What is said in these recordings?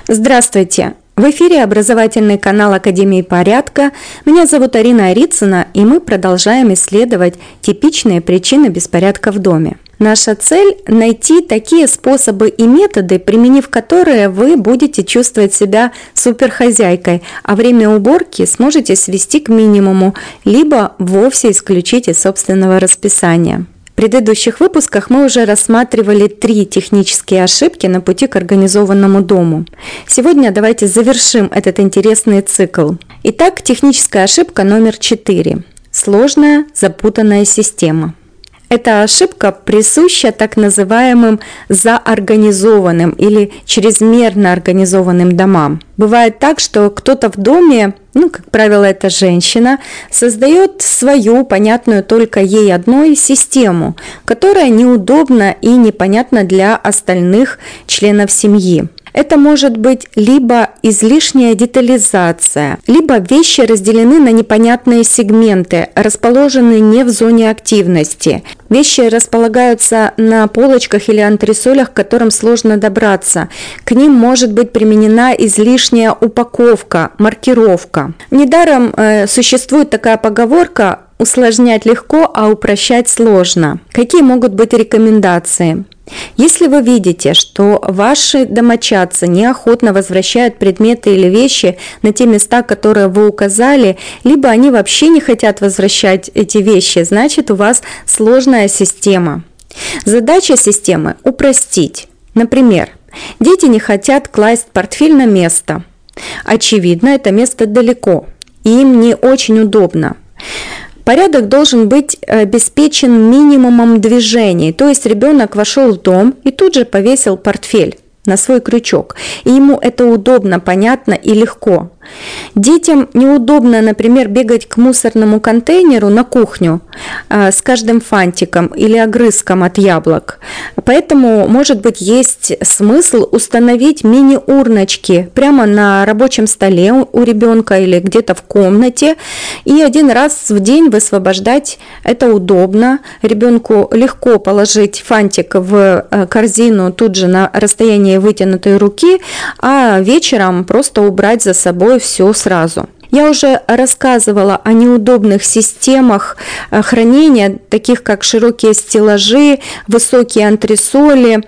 Здравствуйте! В эфире образовательный канал Академии порядка. Меня зовут Арина Арицына, и мы продолжаем исследовать типичные причины беспорядка в доме. Наша цель – найти такие способы и методы, применив которые вы будете чувствовать себя суперхозяйкой, а время уборки сможете свести к минимуму, либо вовсе исключить из собственного расписания. В предыдущих выпусках мы уже рассматривали 3 технические ошибки на пути к организованному дому. Сегодня давайте завершим этот интересный цикл. Итак, техническая ошибка номер 4. Сложная, запутанная система. Эта ошибка присуща так называемым заорганизованным или чрезмерно организованным домам. Бывает так, что кто-то в доме, как правило, это женщина, создает свою, понятную только ей одной, систему, которая неудобна и непонятна для остальных членов семьи. Это может быть либо излишняя детализация, либо вещи разделены на непонятные сегменты, расположенные не в зоне активности. Вещи располагаются на полочках или антресолях, к которым сложно добраться. К ним может быть применена излишняя упаковка, маркировка. Недаром существует такая поговорка «усложнять легко, а упрощать сложно». Какие могут быть рекомендации? Если вы видите, что ваши домочадцы неохотно возвращают предметы или вещи на те места, которые вы указали, либо они вообще не хотят возвращать эти вещи, значит, у вас сложная система. Задача системы – упростить. Например, дети не хотят класть портфель на место. Очевидно, это место далеко, и им не очень удобно. Порядок должен быть обеспечен минимумом движений, то есть ребенок вошел в дом и тут же повесил портфель на свой крючок, и ему это удобно, понятно и легко. Детям неудобно, например, бегать к мусорному контейнеру на кухню с каждым фантиком или огрызком от яблок. Поэтому, может быть, есть смысл установить мини-урночки прямо на рабочем столе у ребенка или где-то в комнате, и один раз в день высвобождать. Это удобно. Ребенку легко положить фантик в корзину тут же на расстоянии вытянутой руки, а вечером просто убрать за собой все сразу. Я уже рассказывала о неудобных системах хранения, таких как широкие стеллажи, высокие антресоли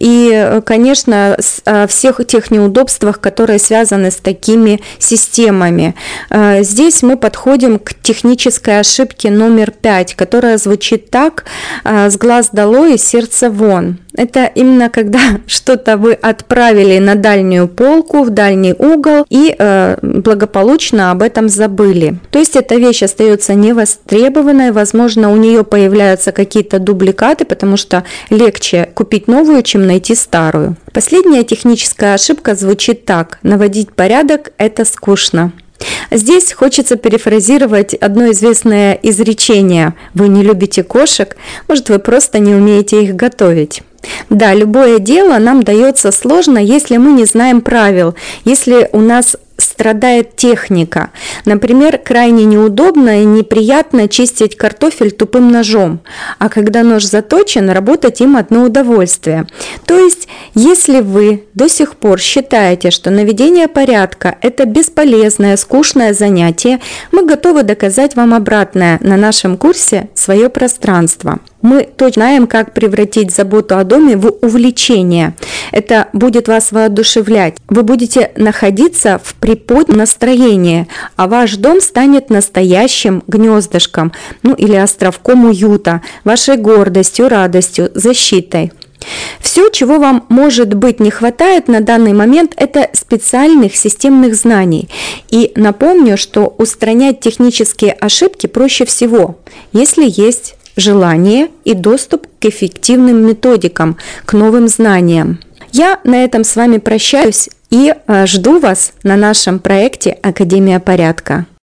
и, конечно, о всех тех неудобствах, которые связаны с такими системами. Здесь мы подходим к технической ошибке номер 5, которая звучит так: «С глаз долой и сердце вон». Это именно когда что-то вы отправили на дальнюю полку, в дальний угол и благополучно об этом забыли. То есть эта вещь остается невостребованной, возможно, у нее появляются какие-то дубликаты, потому что легче купить новую, чем найти старую. Последняя техническая ошибка звучит так: наводить порядок – это скучно. Здесь хочется перефразировать одно известное изречение: «Вы не любите кошек, может, вы просто не умеете их готовить». Да, любое дело нам дается сложно, если мы не знаем правил, если у нас страдает техника. Например, крайне неудобно и неприятно чистить картофель тупым ножом, а когда нож заточен, работать им одно удовольствие. То есть, если вы до сих пор считаете, что наведение порядка – это бесполезное, скучное занятие, мы готовы доказать вам обратное на нашем курсе «Свое пространство». Мы точно знаем, как превратить заботу о доме в увлечение. Это будет вас воодушевлять. Вы будете находиться в приподнятом настроении, а ваш дом станет настоящим гнездышком, или островком уюта, вашей гордостью, радостью, защитой. Все, чего вам, может быть, не хватает на данный момент, это специальных системных знаний. И напомню, что устранять технические ошибки проще всего, если есть желание и доступ к эффективным методикам, к новым знаниям. Я на этом с вами прощаюсь и жду вас на нашем проекте «Академия порядка».